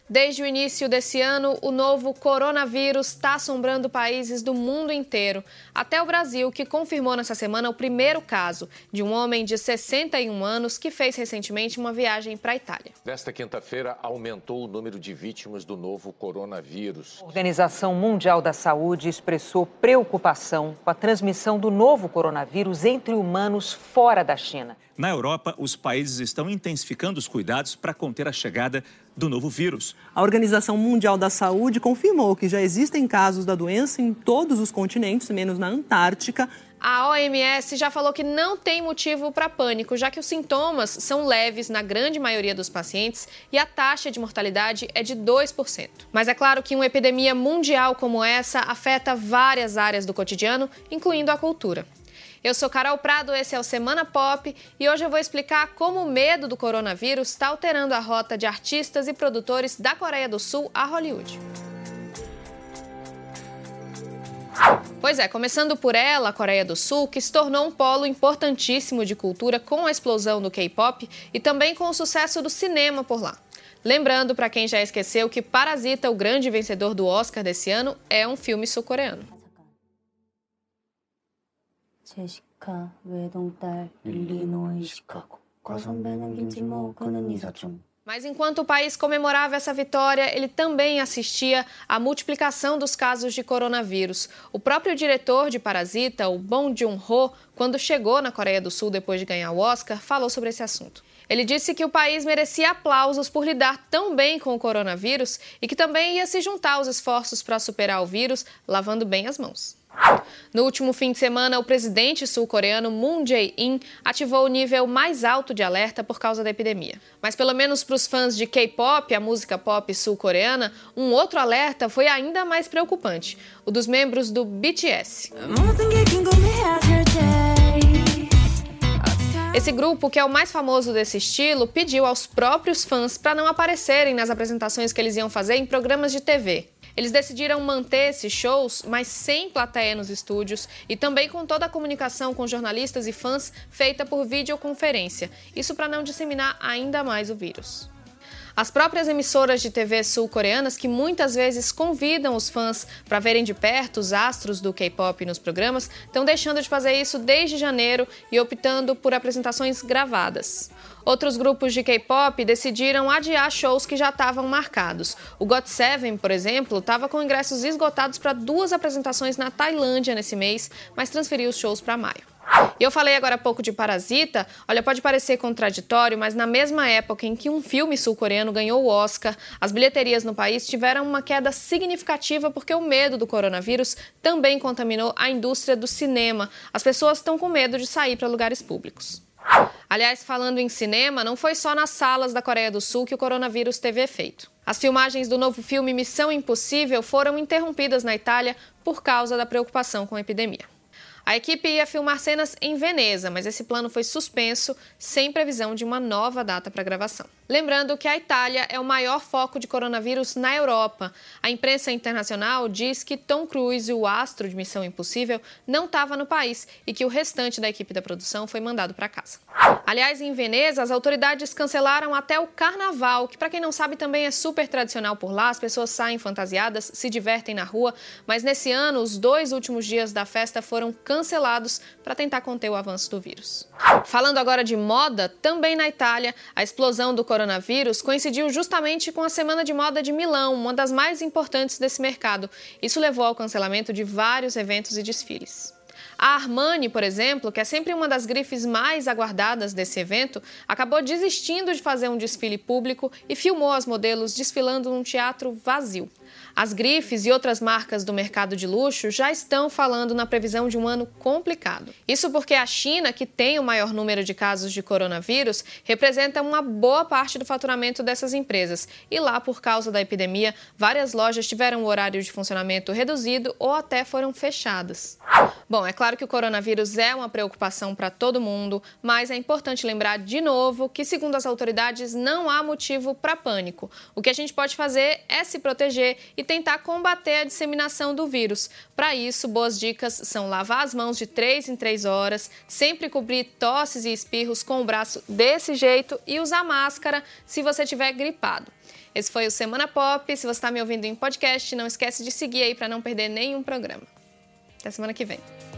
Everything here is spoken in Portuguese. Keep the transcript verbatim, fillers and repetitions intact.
Desde o início desse ano, o novo coronavírus está assombrando países do mundo inteiro. Até o Brasil, que confirmou nessa semana o primeiro caso de um homem de sessenta e um anos que fez recentemente uma viagem para a Itália. Nesta quinta-feira, aumentou o número de vítimas do novo coronavírus. A Organização Mundial da Saúde expressou preocupação com a transmissão do novo coronavírus entre humanos fora da China. Na Europa, os países estão intensificando os cuidados para conter a chegada do novo vírus. A Organização Mundial da Saúde confirmou que já existem casos da doença em todos os continentes, menos na Antártica. A O M S já falou que não tem motivo para pânico, já que os sintomas são leves na grande maioria dos pacientes e a taxa de mortalidade é de dois por cento. Mas é claro que uma epidemia mundial como essa afeta várias áreas do cotidiano, incluindo a cultura. Eu sou Carol Prado, esse é o Semana Pop e hoje eu vou explicar como o medo do coronavírus está alterando a rota de artistas e produtores da Coreia do Sul a Hollywood. Pois é, começando por ela, a Coreia do Sul, que se tornou um polo importantíssimo de cultura com a explosão do K-pop e também com o sucesso do cinema por lá. Lembrando, para quem já esqueceu, que Parasita, o grande vencedor do Oscar desse ano, é um filme sul-coreano. 제시카 외동딸 일리노이 시카고 과선배는 김치모 그는 이사촌. Mas enquanto o país comemorava essa vitória, ele também assistia à multiplicação dos casos de coronavírus. O próprio diretor de Parasita, o Bong Joon-ho, quando chegou na Coreia do Sul depois de ganhar o Oscar, falou sobre esse assunto. Ele disse que o país merecia aplausos por lidar tão bem com o coronavírus e que também ia se juntar aos esforços para superar o vírus, lavando bem as mãos. No último fim de semana, o presidente sul-coreano Moon Jae-in ativou o nível mais alto de alerta por causa da epidemia. Mas pelo menos para os fãs de K-pop, a música pop sul-coreana, um outro alerta foi ainda mais preocupante, o dos membros do B T S. Esse grupo, que é o mais famoso desse estilo, pediu aos próprios fãs para não aparecerem nas apresentações que eles iam fazer em programas de T V. Eles decidiram manter esses shows, mas sem plateia nos estúdios e também com toda a comunicação com jornalistas e fãs feita por videoconferência. Isso para não disseminar ainda mais o vírus. As próprias emissoras de T V sul-coreanas, que muitas vezes convidam os fãs para verem de perto os astros do K-pop nos programas, estão deixando de fazer isso desde janeiro e optando por apresentações gravadas. Outros grupos de K-pop decidiram adiar shows que já estavam marcados. O got seven, por exemplo, estava com ingressos esgotados para duas apresentações na Tailândia nesse mês, mas transferiu os shows para maio. E eu falei agora há pouco de Parasita, olha, pode parecer contraditório, mas na mesma época em que um filme sul-coreano ganhou o Oscar, as bilheterias no país tiveram uma queda significativa porque o medo do coronavírus também contaminou a indústria do cinema. As pessoas estão com medo de sair para lugares públicos. Aliás, falando em cinema, não foi só nas salas da Coreia do Sul que o coronavírus teve efeito. As filmagens do novo filme Missão Impossível foram interrompidas na Itália por causa da preocupação com a epidemia. A equipe ia filmar cenas em Veneza, mas esse plano foi suspenso, sem previsão de uma nova data para gravação. Lembrando que a Itália é o maior foco de coronavírus na Europa. A imprensa internacional diz que Tom Cruise, o astro de Missão Impossível, não estava no país e que o restante da equipe da produção foi mandado para casa. Aliás, em Veneza, as autoridades cancelaram até o carnaval, que, para quem não sabe, também é super tradicional por lá. As pessoas saem fantasiadas, se divertem na rua, mas nesse ano, os dois últimos dias da festa foram cancelados para tentar conter o avanço do vírus. Falando agora de moda, também na Itália, a explosão do coronavírus coincidiu justamente com a Semana de Moda de Milão, uma das mais importantes desse mercado. Isso levou ao cancelamento de vários eventos e desfiles. A Armani, por exemplo, que é sempre uma das grifes mais aguardadas desse evento, acabou desistindo de fazer um desfile público e filmou as modelos desfilando num teatro vazio. As grifes e outras marcas do mercado de luxo já estão falando na previsão de um ano complicado. Isso porque a China, que tem o maior número de casos de coronavírus, representa uma boa parte do faturamento dessas empresas. E lá, por causa da epidemia, várias lojas tiveram o horário de funcionamento reduzido ou até foram fechadas. Bom, é claro que o coronavírus é uma preocupação para todo mundo, mas é importante lembrar de novo que, segundo as autoridades, não há motivo para pânico. O que a gente pode fazer é se proteger e tentar combater a disseminação do vírus. Para isso, boas dicas são lavar as mãos de três em três horas, sempre cobrir tosses e espirros com o braço desse jeito e usar máscara se você estiver gripado. Esse foi o Semana Pop. Se você está me ouvindo em podcast, não esquece de seguir aí para não perder nenhum programa. Até semana que vem.